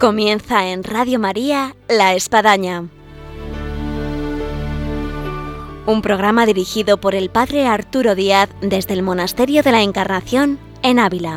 Comienza en Radio María, La Espadaña. Un programa dirigido por el Padre Arturo Díaz desde el Monasterio de la Encarnación en Ávila.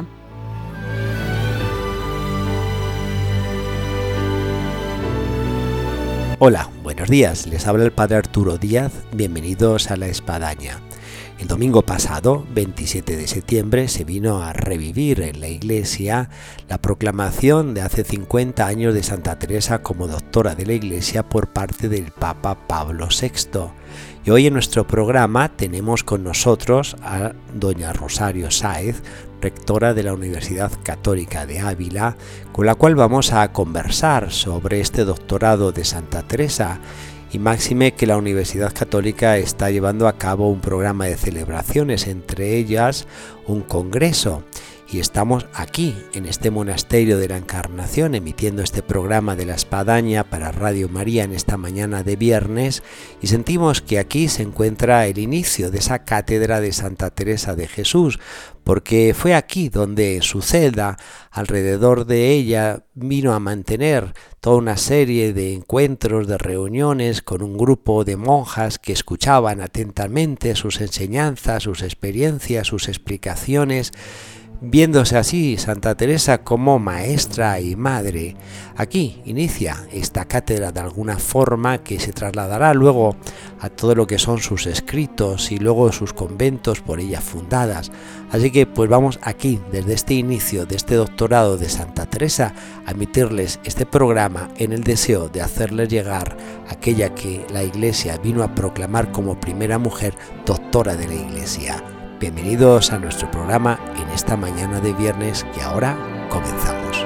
Hola, buenos días, les habla el Padre Arturo Díaz, bienvenidos a La Espadaña. El domingo pasado, 27 de septiembre, se vino a revivir en la Iglesia la proclamación de hace 50 años de Santa Teresa como doctora de la Iglesia por parte del Papa Pablo VI. Y hoy en nuestro programa tenemos con nosotros a doña Rosario Sáez, rectora de la Universidad Católica de Ávila, con la cual vamos a conversar sobre este doctorado de Santa Teresa. Y máxime que la Universidad Católica está llevando a cabo un programa de celebraciones, entre ellas un congreso. Y estamos aquí, en este monasterio de la Encarnación, emitiendo este programa de La Espadaña para Radio María en esta mañana de viernes, y sentimos que aquí se encuentra el inicio de esa cátedra de Santa Teresa de Jesús, porque fue aquí donde su celda, alrededor de ella, vino a mantener toda una serie de encuentros, de reuniones con un grupo de monjas que escuchaban atentamente sus enseñanzas, sus experiencias, sus explicaciones, viéndose así Santa Teresa como maestra y madre. Aquí inicia esta cátedra de alguna forma que se trasladará luego a todo lo que son sus escritos y luego sus conventos por ella fundadas. Así que pues vamos aquí, desde este inicio de este doctorado de Santa Teresa, a emitirles este programa en el deseo de hacerles llegar aquella que la Iglesia vino a proclamar como primera mujer doctora de la Iglesia. Bienvenidos a nuestro programa en esta mañana de viernes que ahora comenzamos.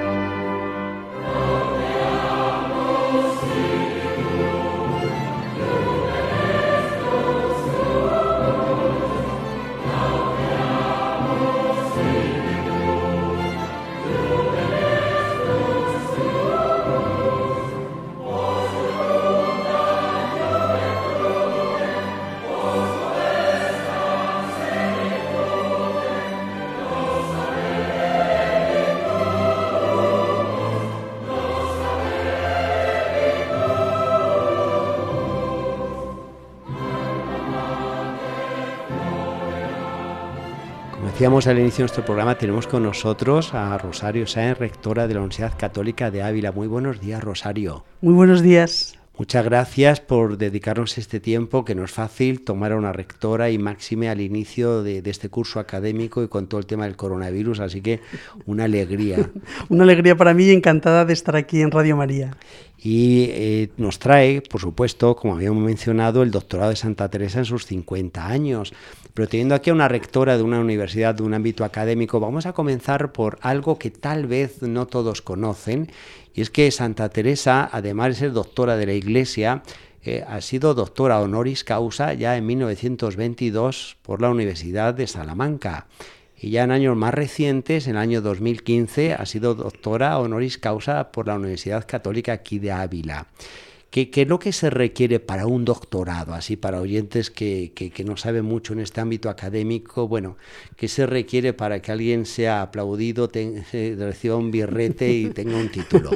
Decíamos al inicio de nuestro programa, tenemos con nosotros a Rosario Sáez, rectora de la Universidad Católica de Ávila. Muy buenos días, Rosario. Muy buenos días. Muchas gracias por dedicarnos este tiempo, que no es fácil tomar a una rectora y máxime al inicio de este curso académico y con todo el tema del coronavirus, así que una alegría. Una alegría para mí y encantada de estar aquí en Radio María. Y nos trae, por supuesto, como habíamos mencionado, el doctorado de Santa Teresa en sus 50 años. Pero teniendo aquí a una rectora de una universidad, de un ámbito académico, vamos a comenzar por algo que tal vez no todos conocen, y es que Santa Teresa, además de ser doctora de la Iglesia, ha sido doctora honoris causa ya en 1922 por la Universidad de Salamanca. Y ya en años más recientes, en el año 2015, ha sido doctora honoris causa por la Universidad Católica aquí de Ávila. ¿Qué es lo que se requiere para un doctorado? Así para oyentes que no saben mucho en este ámbito académico, bueno, ¿qué se requiere para que alguien sea aplaudido, reciba un birrete y tenga un título?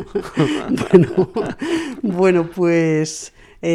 Bueno, pues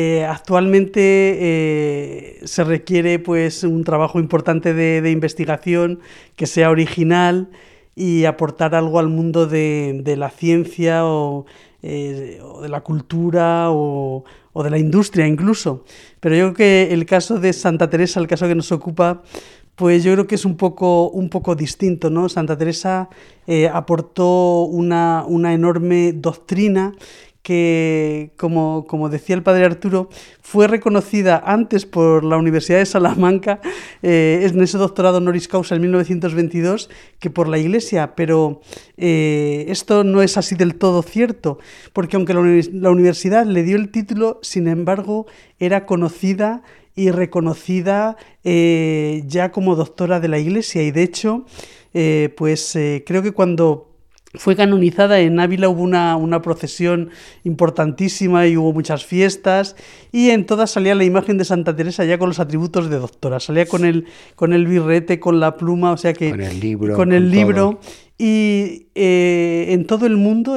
actualmente se requiere pues un trabajo importante de investigación que sea original y aportar algo al mundo de la ciencia o de la cultura o de la industria incluso. Pero yo creo que el caso de Santa Teresa, el caso que nos ocupa, pues yo creo que es un poco distinto, ¿no? Santa Teresa aportó una enorme doctrina que, como decía el padre Arturo, fue reconocida antes por la Universidad de Salamanca en ese doctorado honoris causa en 1922 que por la Iglesia, pero esto no es así del todo cierto, porque aunque la universidad le dio el título, sin embargo, era conocida y reconocida ya como doctora de la Iglesia, y de hecho, creo que cuando fue canonizada. En Ávila hubo una procesión importantísima y hubo muchas fiestas, y en todas salía la imagen de Santa Teresa ya con los atributos de doctora, salía con el birrete, con la pluma, o sea que con el libro. Y en todo el mundo,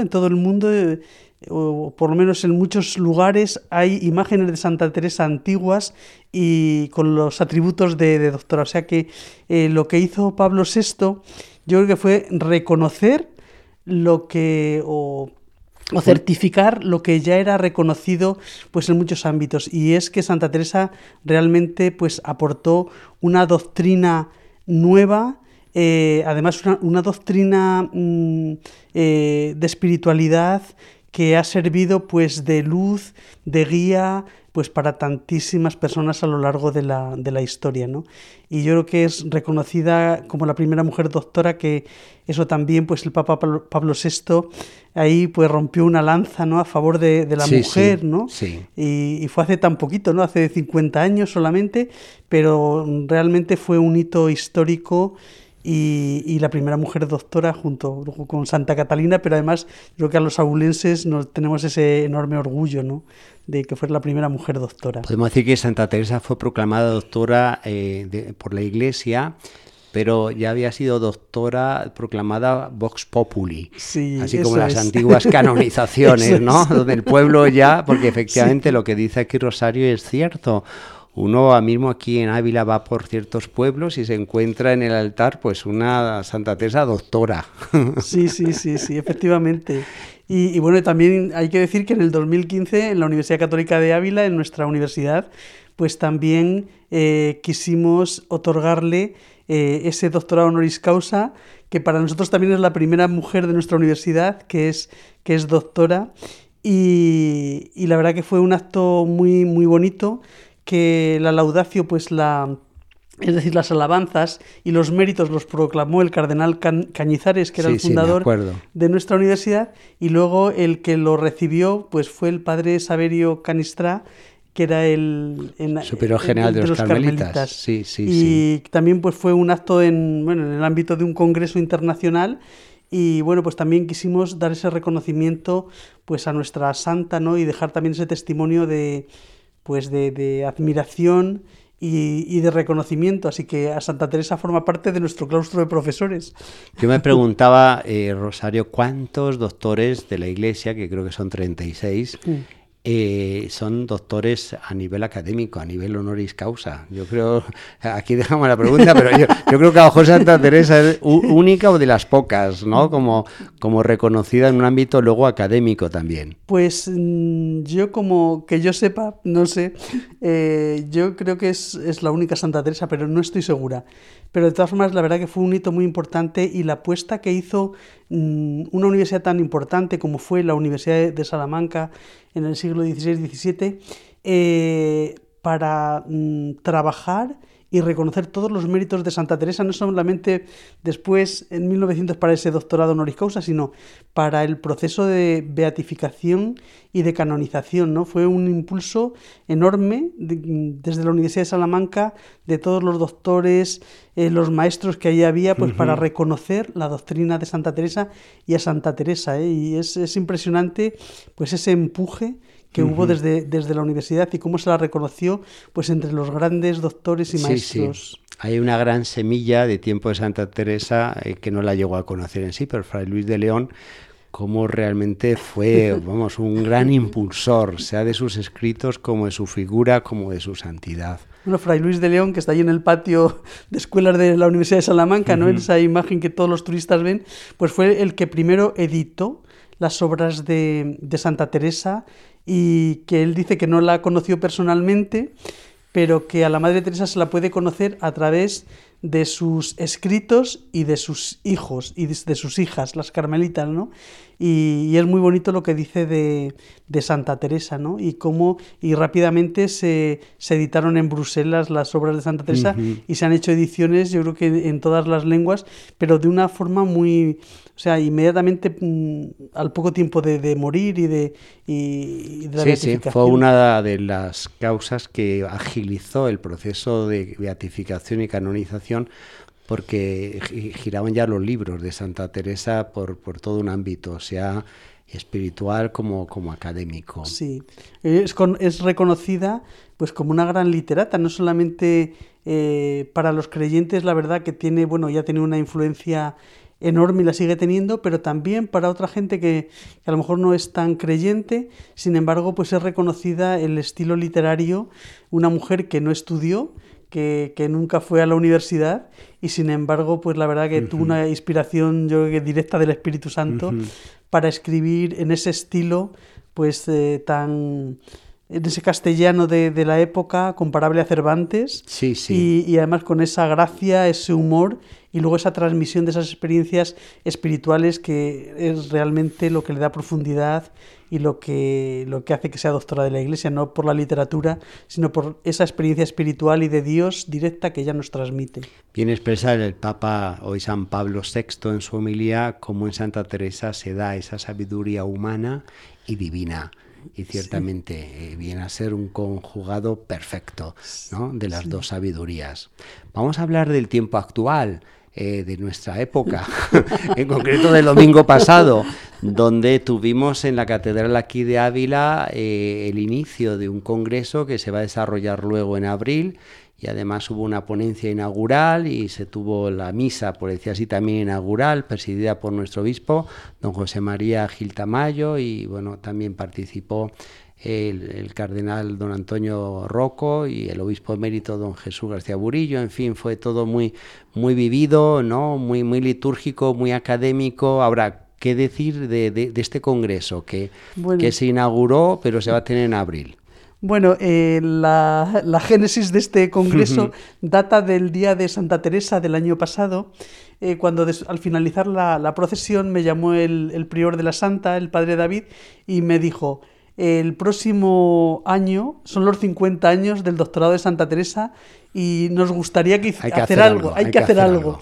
o por lo menos en muchos lugares, hay imágenes de Santa Teresa antiguas y con los atributos de doctora. O sea que lo que hizo Pablo VI, yo creo que fue reconocer o certificar lo que ya era reconocido pues en muchos ámbitos, y es que Santa Teresa realmente pues aportó una doctrina nueva, además una doctrina de espiritualidad que ha servido pues de luz, de guía, pues para tantísimas personas a lo largo de la historia, ¿no? Y yo creo que es reconocida como la primera mujer doctora, que eso también pues el Papa Pablo VI ahí pues rompió una lanza, ¿no?, a favor de la mujer, sí, ¿no? Sí. Y fue hace tan poquito, ¿no?, hace 50 años solamente, pero realmente fue un hito histórico. Y la primera mujer doctora junto con Santa Catalina, pero además creo que a los abulenses tenemos ese enorme orgullo, ¿no?, de que fuera la primera mujer doctora. Podemos decir que Santa Teresa fue proclamada doctora por la Iglesia, pero ya había sido doctora proclamada Vox Populi, sí, así como las antiguas canonizaciones, ¿no? Donde el pueblo ya, porque efectivamente lo que dice aquí Rosario es cierto. Uno mismo aquí en Ávila va por ciertos pueblos y se encuentra en el altar pues una Santa Teresa doctora. Sí, efectivamente. Y bueno, también hay que decir que en el 2015 en la Universidad Católica de Ávila, en nuestra universidad, pues también quisimos otorgarle ese doctorado honoris causa, que para nosotros también es la primera mujer de nuestra universidad que es doctora, y la verdad que fue un acto muy, muy bonito, que la laudatio, pues es decir, las alabanzas y los méritos los proclamó el cardenal Cañizares, que era el fundador de nuestra universidad, y luego el que lo recibió pues fue el padre Saverio Canistrà, que era el superior general de los carmelitas. Sí. También pues fue un acto en el ámbito de un congreso internacional. Y bueno, pues también quisimos dar ese reconocimiento pues a nuestra santa, ¿no?, y dejar también ese testimonio de admiración y de reconocimiento. Así que a Santa Teresa forma parte de nuestro claustro de profesores. Yo me preguntaba, Rosario, ¿cuántos doctores de la Iglesia, que creo que son 36, son doctores a nivel académico, a nivel honoris causa? Yo creo, aquí dejamos la pregunta, pero yo creo que a lo mejor Santa Teresa es única o de las pocas, ¿no?, como reconocida en un ámbito luego académico también. Pues yo, como que yo sepa, no sé, yo creo que es la única Santa Teresa, pero no estoy segura. Pero de todas formas, la verdad que fue un hito muy importante, y la apuesta que hizo una universidad tan importante como fue la Universidad de Salamanca en el siglo XVI-XVII, para trabajar y reconocer todos los méritos de Santa Teresa, no solamente después, en 1900, para ese doctorado honoris causa, sino para el proceso de beatificación y de canonización, ¿no? Fue un impulso enorme desde la Universidad de Salamanca, de todos los doctores, los maestros que allí había, pues para reconocer la doctrina de Santa Teresa y a Santa Teresa, y es impresionante pues ese empuje que hubo desde la universidad, y cómo se la reconoció pues entre los grandes doctores y maestros. Sí. Hay una gran semilla de tiempo de Santa Teresa que no la llegó a conocer en sí, pero Fray Luis de León, como realmente fue, un gran impulsor, sea de sus escritos, como de su figura, como de su santidad. Bueno, Fray Luis de León, que está ahí en el patio de escuelas de la Universidad de Salamanca, ¿no?, en esa imagen que todos los turistas ven, pues fue el que primero editó las obras de Santa Teresa, y que él dice que no la conoció personalmente, pero que a la Madre Teresa se la puede conocer a través de sus escritos y de sus hijos y de sus hijas, las carmelitas, ¿no? Y es muy bonito lo que dice de Santa Teresa, ¿no? Y cómo rápidamente se editaron en Bruselas las obras de Santa Teresa, y se han hecho ediciones, yo creo que en todas las lenguas, pero de una forma muy... O sea, inmediatamente al poco tiempo de morir y de la beatificación. Sí, fue una de las causas que agilizó el proceso de beatificación y canonización, porque giraban ya los libros de Santa Teresa por todo un ámbito, sea espiritual como académico. Sí, es reconocida pues como una gran literata, no solamente para los creyentes, la verdad que tiene, bueno, ya tiene una influencia enorme y la sigue teniendo, pero también para otra gente que a lo mejor no es tan creyente. Sin embargo, pues es reconocida el estilo literario, una mujer que no estudió, que nunca fue a la universidad y sin embargo, pues la verdad que tuvo una inspiración, yo creo que directa del Espíritu Santo para escribir en ese estilo, pues en ese castellano de la época, comparable a Cervantes, sí, sí. Y además con esa gracia, ese humor y luego esa transmisión de esas experiencias espirituales que es realmente lo que le da profundidad y lo que hace que sea doctora de la Iglesia, no por la literatura, sino por esa experiencia espiritual y de Dios directa que ella nos transmite. Bien expresa el Papa, hoy San Pablo VI, en su homilía, cómo en Santa Teresa se da esa sabiduría humana y divina. Y ciertamente viene a ser un conjugado perfecto, ¿no?, de las dos sabidurías. Vamos a hablar del tiempo actual, de nuestra época, en concreto del domingo pasado, donde tuvimos en la catedral aquí de Ávila el inicio de un congreso que se va a desarrollar luego en abril, y además hubo una ponencia inaugural y se tuvo la misa, por decir así, también inaugural, presidida por nuestro obispo, don José María Gil Tamayo, y bueno, también participó el cardenal don Antonio Rocco y el obispo emérito don Jesús García Burillo. En fin, fue todo muy vivido, ¿no?, muy litúrgico, muy académico. Ahora, ¿qué decir de este congreso que se inauguró, pero se va a tener en abril? Bueno, la génesis de este congreso data del día de Santa Teresa del año pasado, cuando al finalizar la procesión me llamó el prior de la Santa, el padre David, y me dijo: el próximo año son los 50 años del doctorado de Santa Teresa y nos gustaría hacer algo.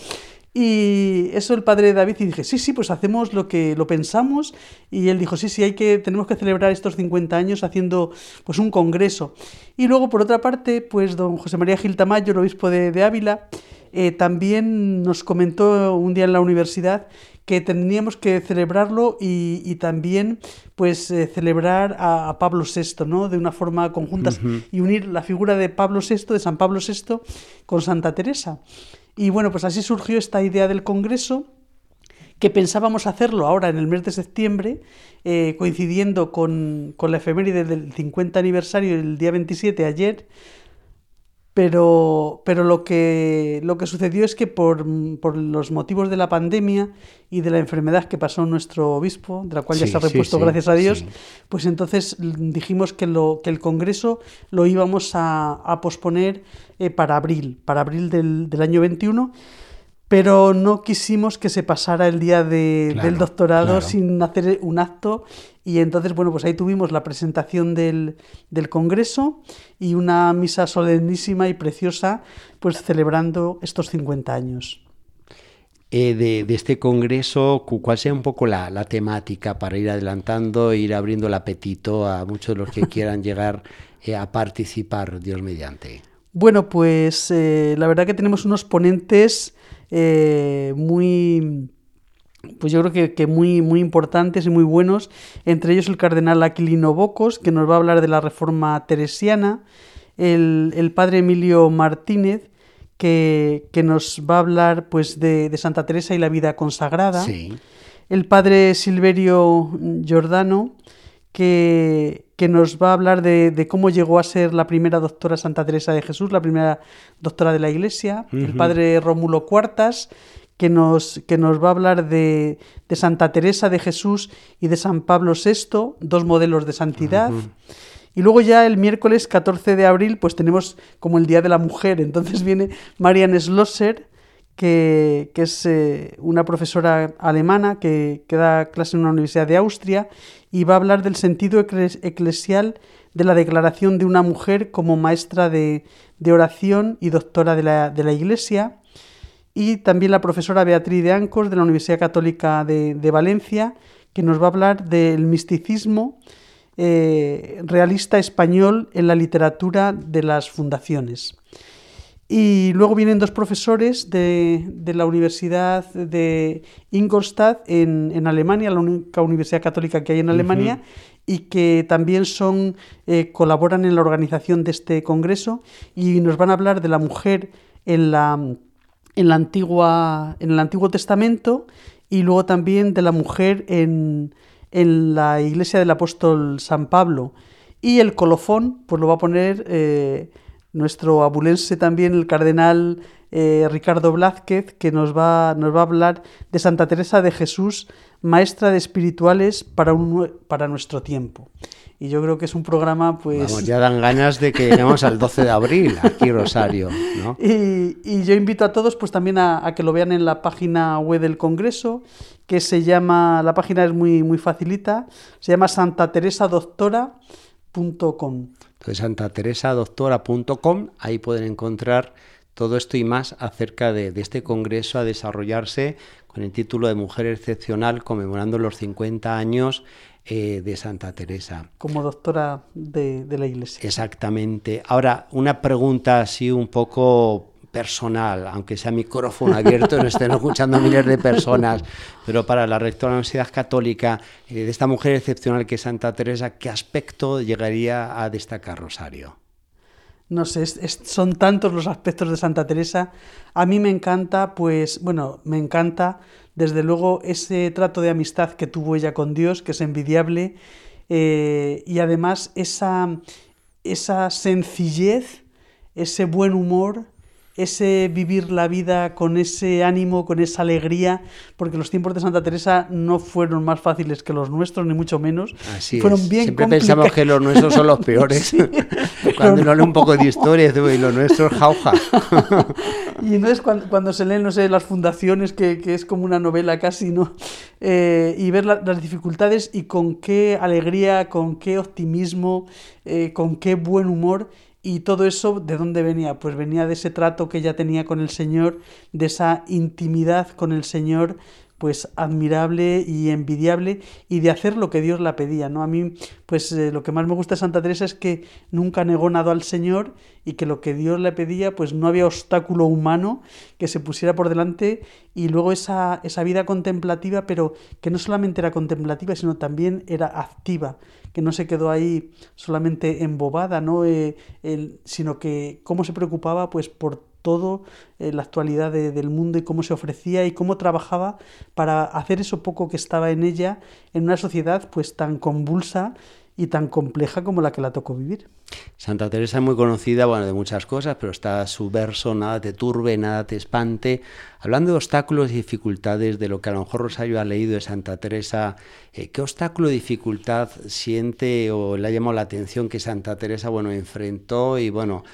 Y eso el padre David, y dije, sí, pues hacemos lo pensamos, y él dijo, sí, tenemos que celebrar estos 50 años haciendo pues un congreso. Y luego, por otra parte, pues don José María Gil Tamayo, el obispo de Ávila, también nos comentó un día en la universidad que teníamos que celebrarlo y también pues celebrar a Pablo VI, ¿no?, de una forma conjunta, y unir la figura de San Pablo VI, con Santa Teresa. Y bueno, pues así surgió esta idea del congreso, que pensábamos hacerlo ahora en el mes de septiembre, coincidiendo con la efeméride del 50 aniversario, el día 27, ayer. Pero lo que sucedió es que por los motivos de la pandemia y de la enfermedad que pasó nuestro obispo, de la cual ya se ha repuesto, gracias a Dios, pues entonces dijimos que el congreso lo íbamos a posponer para abril del año 21, pero no quisimos que se pasara el día del doctorado sin hacer un acto. Y entonces, bueno, pues ahí tuvimos la presentación del congreso y una misa solemnísima y preciosa, pues celebrando estos 50 años. De este congreso, ¿cuál sea un poco la temática para ir adelantando e ir abriendo el apetito a muchos de los que quieran llegar a participar, Dios mediante? Bueno, pues la verdad que tenemos unos ponentes pues yo creo que muy importantes y muy buenos, entre ellos el cardenal Aquilino Bocos, que nos va a hablar de la reforma teresiana, el padre Emilio Martínez, que nos va a hablar pues de Santa Teresa y la vida consagrada, el padre Silverio Giordano, que nos va a hablar de cómo llegó a ser la primera doctora Santa Teresa de Jesús, la primera doctora de la Iglesia, el padre Rómulo Cuartas, que nos va a hablar de Santa Teresa de Jesús y de San Pablo VI, dos modelos de santidad. Y luego ya el miércoles 14 de abril pues tenemos como el Día de la Mujer, entonces viene Marianne Schlosser, que es una profesora alemana que da clase en una universidad de Austria, y va a hablar del sentido eclesial de la declaración de una mujer como maestra de oración y doctora de la Iglesia. Y también la profesora Beatriz de Ancos, de la Universidad Católica de Valencia, que nos va a hablar del misticismo realista español en la literatura de las fundaciones. Y luego vienen 2 profesores de la Universidad de Ingolstadt en Alemania, la única universidad católica que hay en Alemania, y que también colaboran en la organización de este congreso, y nos van a hablar de la mujer en el Antiguo Testamento, y luego también de la mujer en la iglesia del apóstol San Pablo. Y el colofón pues lo va a poner nuestro abulense también, el cardenal Ricardo Blázquez, que nos va a hablar de Santa Teresa de Jesús, maestra de espirituales para nuestro tiempo. Y yo creo que es un programa, pues... Vamos, ya dan ganas de que lleguemos al 12 de abril, aquí Rosario, ¿no? Y yo invito a todos pues también a que lo vean en la página web del Congreso, que se llama, la página es muy, muy facilita, se llama santateresadoctora.com. Entonces, santateresadoctora.com, ahí pueden encontrar todo esto y más acerca de este congreso a desarrollarse con el título de Mujer Excepcional, conmemorando los 50 años de Santa Teresa. Como doctora de la Iglesia. Exactamente. Ahora, una pregunta así un poco personal, aunque sea micrófono abierto, no estén escuchando miles de personas, pero para la rectora de la Universidad Católica, de esta mujer excepcional que es Santa Teresa, ¿qué aspecto llegaría a destacar, Rosario? No sé, son tantos los aspectos de Santa Teresa. A mí me encanta, me encanta desde luego ese trato de amistad que tuvo ella con Dios, que es envidiable, y además esa sencillez, ese buen humor, ese vivir la vida con ese ánimo, con esa alegría, porque los tiempos de Santa Teresa no fueron más fáciles que los nuestros, ni mucho menos. Así fueron es. Bien Siempre complicados. pensamos que los nuestros son los peores. Sí, cuando uno lee un poco de historia, y lo nuestro es jauja. Y entonces cuando se leen, no sé, las fundaciones, que es como una novela casi, ¿no? Y ver las dificultades y con qué alegría, con qué optimismo, con qué buen humor. Y todo eso, ¿de dónde venía? Pues venía de ese trato que ella tenía con el Señor, de esa intimidad con el Señor, pues admirable y envidiable, y de hacer lo que Dios la pedía, ¿no? A mí, pues lo que más me gusta de Santa Teresa es que nunca negó nada al Señor, y que lo que Dios le pedía, pues no había obstáculo humano que se pusiera por delante. Y luego esa vida contemplativa, pero que no solamente era contemplativa, sino también era activa, que no se quedó ahí solamente embobada, ¿no? Sino que cómo se preocupaba pues por todo la actualidad del mundo, y cómo se ofrecía y cómo trabajaba para hacer eso poco que estaba en ella, en una sociedad pues tan convulsa y tan compleja como la que la tocó vivir. Santa Teresa es muy conocida, de muchas cosas, pero está su verso, nada te turbe, nada te espante. Hablando de obstáculos y dificultades, de lo que a lo mejor Rosario ha leído de Santa Teresa, ¿qué obstáculo o dificultad siente o le ha llamado la atención que Santa Teresa, enfrentó y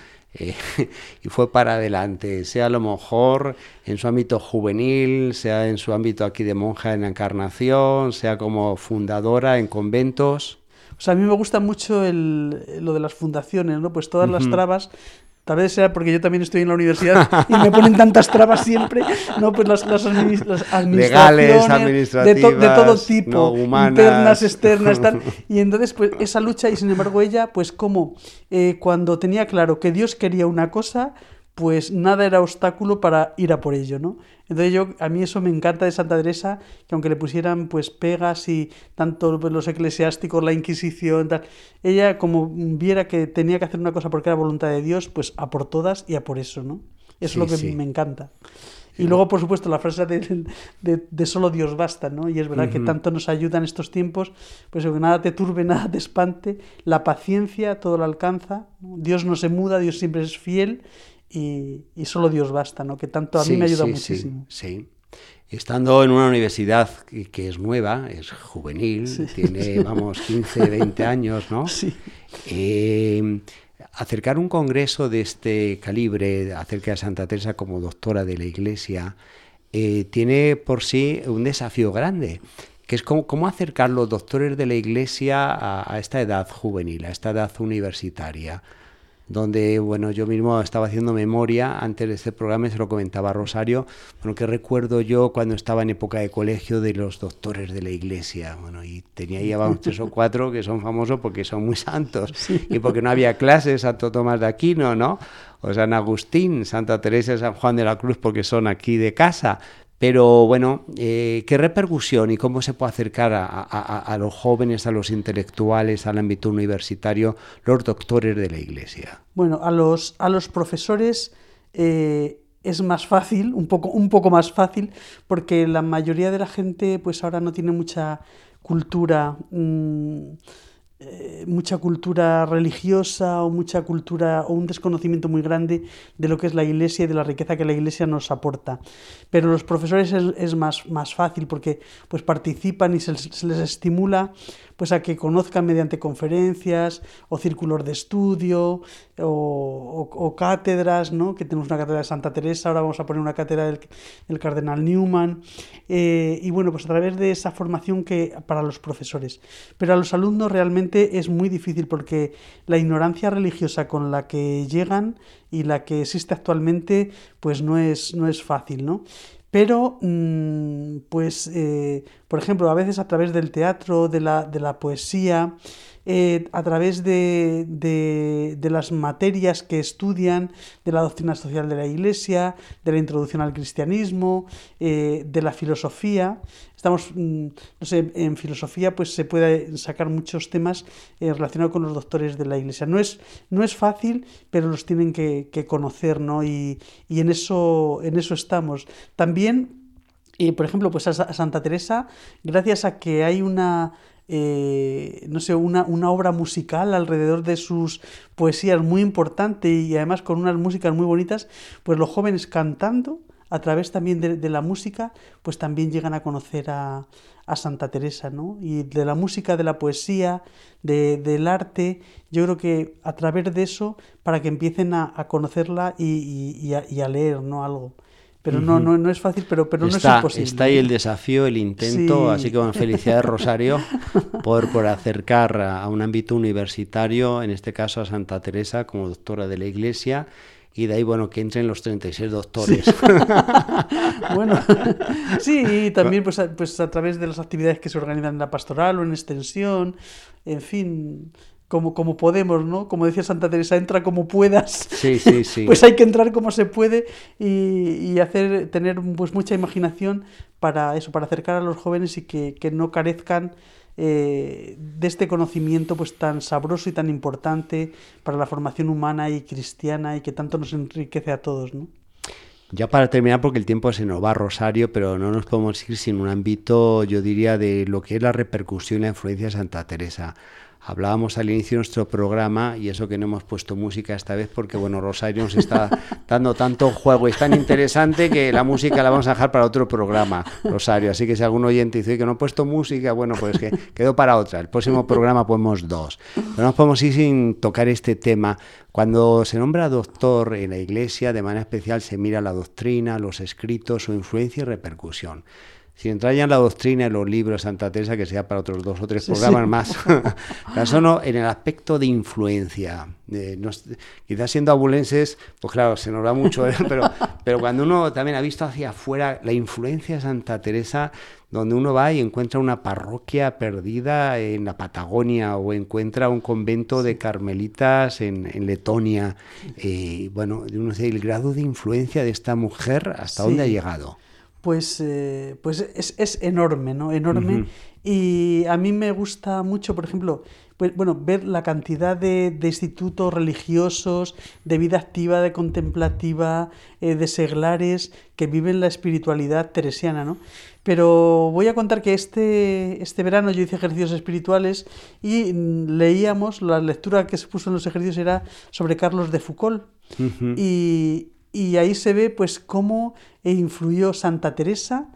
fue para adelante, sea a lo mejor en su ámbito juvenil, sea en su ámbito aquí de monja en la Encarnación, sea como fundadora en conventos? O sea, a mí me gusta mucho lo de las fundaciones, ¿no? Pues todas las trabas, tal vez sea porque yo también estoy en la universidad y me ponen tantas trabas siempre, ¿no? Pues las administraciones legales, administrativas, de todo tipo, no, humanas, internas, externas, tal. Y entonces, pues esa lucha, y sin embargo ella, pues como cuando tenía claro que Dios quería una cosa, pues nada era obstáculo para ir a por ello, ¿no? Entonces a mí eso me encanta de Santa Teresa, que aunque le pusieran pues pegas y tanto los eclesiásticos, la Inquisición, tal, ella como viera que tenía que hacer una cosa porque era voluntad de Dios, pues a por todas y a por eso, ¿no? Eso es lo que me encanta. Y luego, por supuesto, la frase de solo Dios basta, ¿no? Y es verdad que tanto nos ayuda en estos tiempos, pues que nada te turbe, nada te espante, la paciencia todo lo alcanza, ¿no? Dios no se muda, Dios siempre es fiel, y solo Dios basta, ¿no? Que tanto a mí me ayuda muchísimo. Sí. Estando en una universidad que es nueva, es juvenil, tiene, 15, 20 años, ¿no? Sí. Acercar un congreso de este calibre acerca de Santa Teresa como doctora de la Iglesia tiene por sí un desafío grande, que es cómo acercar los doctores de la Iglesia a esta edad juvenil, a esta edad universitaria, donde, yo mismo estaba haciendo memoria antes de este programa y se lo comentaba a Rosario, que recuerdo yo cuando estaba en época de colegio de los doctores de la Iglesia, y tenía ya 3 o 4 que son famosos porque son muy santos, y porque no había clases, Santo Tomás de Aquino, ¿no? o San Agustín, Santa Teresa y San Juan de la Cruz, porque son aquí de casa. Pero bueno, ¿qué repercusión y cómo se puede acercar a los jóvenes, a los intelectuales, al ámbito universitario, los doctores de la Iglesia? Bueno, a los profesores es más fácil, un poco más fácil, porque la mayoría de la gente pues ahora no tiene mucha cultura religiosa o mucha cultura o un desconocimiento muy grande de lo que es la Iglesia y de la riqueza que la Iglesia nos aporta. Pero los profesores es más fácil porque pues participan y se les estimula pues a que conozcan mediante conferencias o círculos de estudio o cátedras, ¿no? Que tenemos una cátedra de Santa Teresa, ahora vamos a poner una cátedra del Cardenal Newman, y bueno, pues a través de esa formación que para los profesores. Pero a los alumnos realmente es muy difícil porque la ignorancia religiosa con la que llegan y la que existe actualmente pues no es fácil, ¿no? Pero, por ejemplo, a veces a través del teatro, de la poesía, a través de las materias que estudian, de la doctrina social de la Iglesia, de la introducción al cristianismo, de la filosofía. No sé, en filosofía pues se puede sacar muchos temas relacionados con los doctores de la Iglesia. No es fácil, pero los tienen que conocer, ¿no? Y en eso estamos. También, por ejemplo, pues a Santa Teresa, gracias a que hay una obra musical alrededor de sus poesías muy importante y además con unas músicas muy bonitas, pues los jóvenes cantando a través también de la música, pues también llegan a conocer a Santa Teresa, ¿no? Y de la música, de la poesía, del arte, yo creo que a través de eso, para que empiecen a conocerla y a leer, ¿no? Algo. Pero no es fácil, pero no es imposible. Está ahí el desafío, el intento, sí. Así que bueno, felicidades Rosario por acercar a un ámbito universitario, en este caso a Santa Teresa como doctora de la Iglesia, y de ahí, bueno, que entren los 36 doctores. Sí. Bueno, sí, y también pues a través de las actividades que se organizan en la pastoral o en extensión, en fin, como podemos, ¿no? Como decía Santa Teresa, entra como puedas. Sí. Pues hay que entrar como se puede y tener pues mucha imaginación para eso, para acercar a los jóvenes y que no carezcan de este conocimiento pues tan sabroso y tan importante para la formación humana y cristiana y que tanto nos enriquece a todos, ¿no? Ya para terminar, porque el tiempo se nos va, Rosario, pero no nos podemos ir sin un ámbito, yo diría, de lo que es la repercusión y la influencia de Santa Teresa. Hablábamos al inicio de nuestro programa, y eso que no hemos puesto música esta vez, porque bueno, Rosario nos está dando tanto juego, es tan interesante que la música la vamos a dejar para otro programa, Rosario. Así que si algún oyente dice que no he puesto música, bueno, pues que quedó para otra. El próximo programa ponemos 2. Pero no nos podemos ir sin tocar este tema. Cuando se nombra doctor en la Iglesia, de manera especial se mira la doctrina, los escritos, su influencia y repercusión. Si entrar ya en la doctrina, en los libros de Santa Teresa, que sea para otros 2 o 3 programas más, tan solo en el aspecto de influencia. Quizás siendo abulenses, pues claro, se nos da mucho, pero cuando uno también ha visto hacia afuera la influencia de Santa Teresa, donde uno va y encuentra una parroquia perdida en la Patagonia o encuentra un convento de carmelitas en Letonia, bueno, uno dice, el grado de influencia de esta mujer, ¿hasta dónde ha llegado? Pues es enorme, ¿no? Enorme. Uh-huh. Y a mí me gusta mucho, por ejemplo, ver la cantidad de institutos religiosos, de vida activa, de contemplativa, de seglares que viven la espiritualidad teresiana, ¿no? Pero voy a contar que este verano yo hice ejercicios espirituales y leíamos, la lectura que se puso en los ejercicios era sobre Carlos de Foucauld. Uh-huh. Y ahí se ve pues cómo influyó Santa Teresa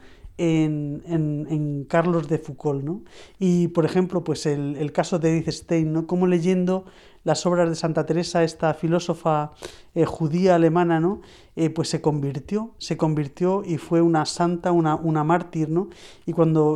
en Carlos de Foucauld, ¿no? Y por ejemplo pues el caso de Edith Stein, ¿no? Cómo leyendo las obras de Santa Teresa, esta filósofa judía alemana, ¿no? Pues se convirtió y fue una santa, una mártir, ¿no? Y cuando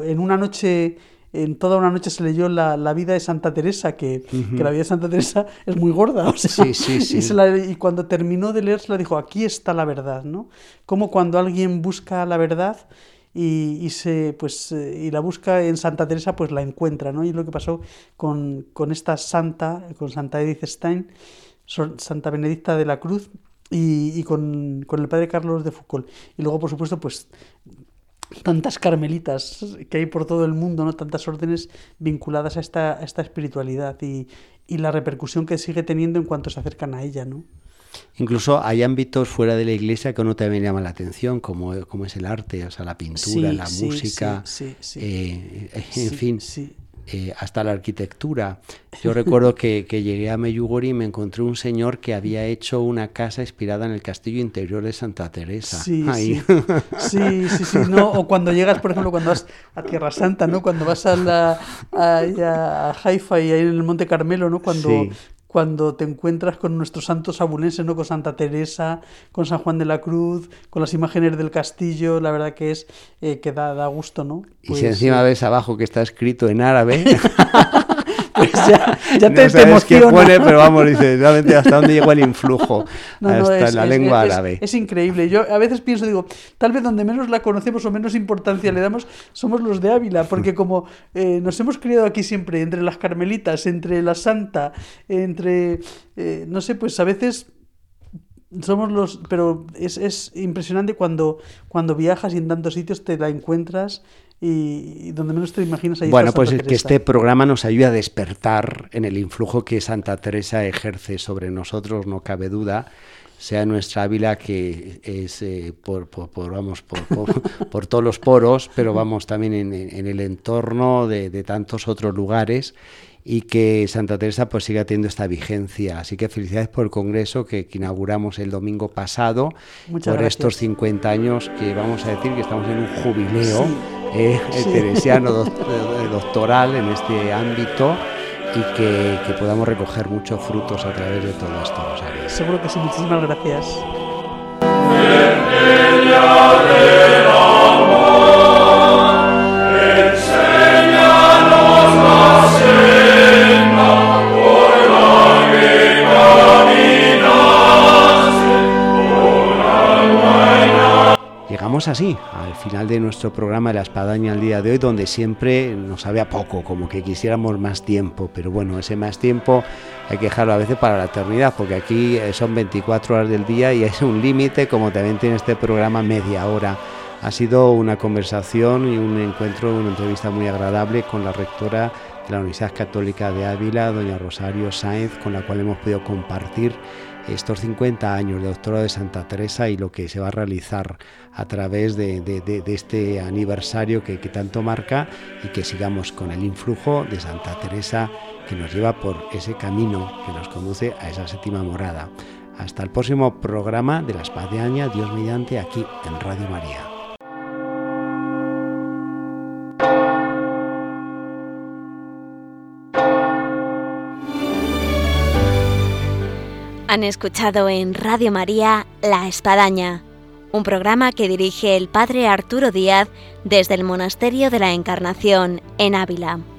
en toda una noche se leyó la vida de Santa Teresa, que la vida de Santa Teresa es muy gorda, o sea, sí. Y cuando terminó de leérsela dijo, aquí está la verdad, ¿no? Como cuando alguien busca la verdad y la busca en Santa Teresa, pues la encuentra, ¿no? Y lo que pasó con esta santa, con Santa Edith Stein, Santa Benedicta de la Cruz, y con el padre Carlos de Foucauld. Y luego, por supuesto, pues tantas carmelitas que hay por todo el mundo, ¿no? Tantas órdenes vinculadas a esta espiritualidad y la repercusión que sigue teniendo en cuanto se acercan a ella, ¿no? Incluso hay ámbitos fuera de la iglesia que a uno también llama la atención, como es el arte, o sea, la pintura, la música, en fin, hasta la arquitectura. Yo recuerdo que llegué a Medjugorje y me encontré un señor que había hecho una casa inspirada en el castillo interior de Santa Teresa. Sí. ¿No? O cuando llegas, por ejemplo, cuando vas a Tierra Santa, ¿no? Cuando vas a Haifa y ahí en el Monte Carmelo, ¿no? Cuando te encuentras con nuestros santos abulenses, ¿no? Con Santa Teresa, con San Juan de la Cruz, con las imágenes del castillo, la verdad que es que da gusto, ¿no? Pues, y si encima ves abajo que está escrito en árabe... Pues ya no te emociona. Qué pone, pero vamos, dice, realmente hasta dónde llegó el influjo, hasta la lengua árabe. Es increíble. Yo a veces pienso, digo, tal vez donde menos la conocemos o menos importancia le damos somos los de Ávila, porque como nos hemos criado aquí siempre, entre las carmelitas, entre la santa, entre, no sé, pues a veces... pero es impresionante cuando viajas y en tantos sitios te la encuentras y donde menos te imaginas ahí. Bueno, pues es que este programa nos ayuda a despertar en el influjo que Santa Teresa ejerce sobre nosotros, no cabe duda, sea nuestra Ávila que es por todos los poros, pero vamos también en el entorno de tantos otros lugares, y que Santa Teresa pues siga teniendo esta vigencia. Así que felicidades por el congreso que inauguramos el domingo pasado. Muchas por gracias. Estos 50 años que vamos a decir que estamos en un jubileo teresiano doctoral en este ámbito, y que podamos recoger muchos frutos a través de todo esto, Rosario. Seguro que sí, muchísimas gracias. Llegamos así al final de nuestro programa de La Espadaña el día de hoy, donde siempre nos sabe a poco, como que quisiéramos más tiempo, pero bueno, ese más tiempo hay que dejarlo a veces para la eternidad, porque aquí son 24 horas del día y es un límite, como también tiene este programa, media hora. Ha sido una conversación y un encuentro, una entrevista muy agradable con la rectora de la Universidad Católica de Ávila, doña Rosario Sáenz, con la cual hemos podido compartir estos 50 años de doctorado de Santa Teresa y lo que se va a realizar a través de este aniversario que tanto marca, y que sigamos con el influjo de Santa Teresa que nos lleva por ese camino que nos conduce a esa séptima morada. Hasta el próximo programa de La Espadaña, Dios mediante, aquí en Radio María. Han escuchado en Radio María La Espadaña, un programa que dirige el padre Arturo Díaz desde el Monasterio de la Encarnación en Ávila.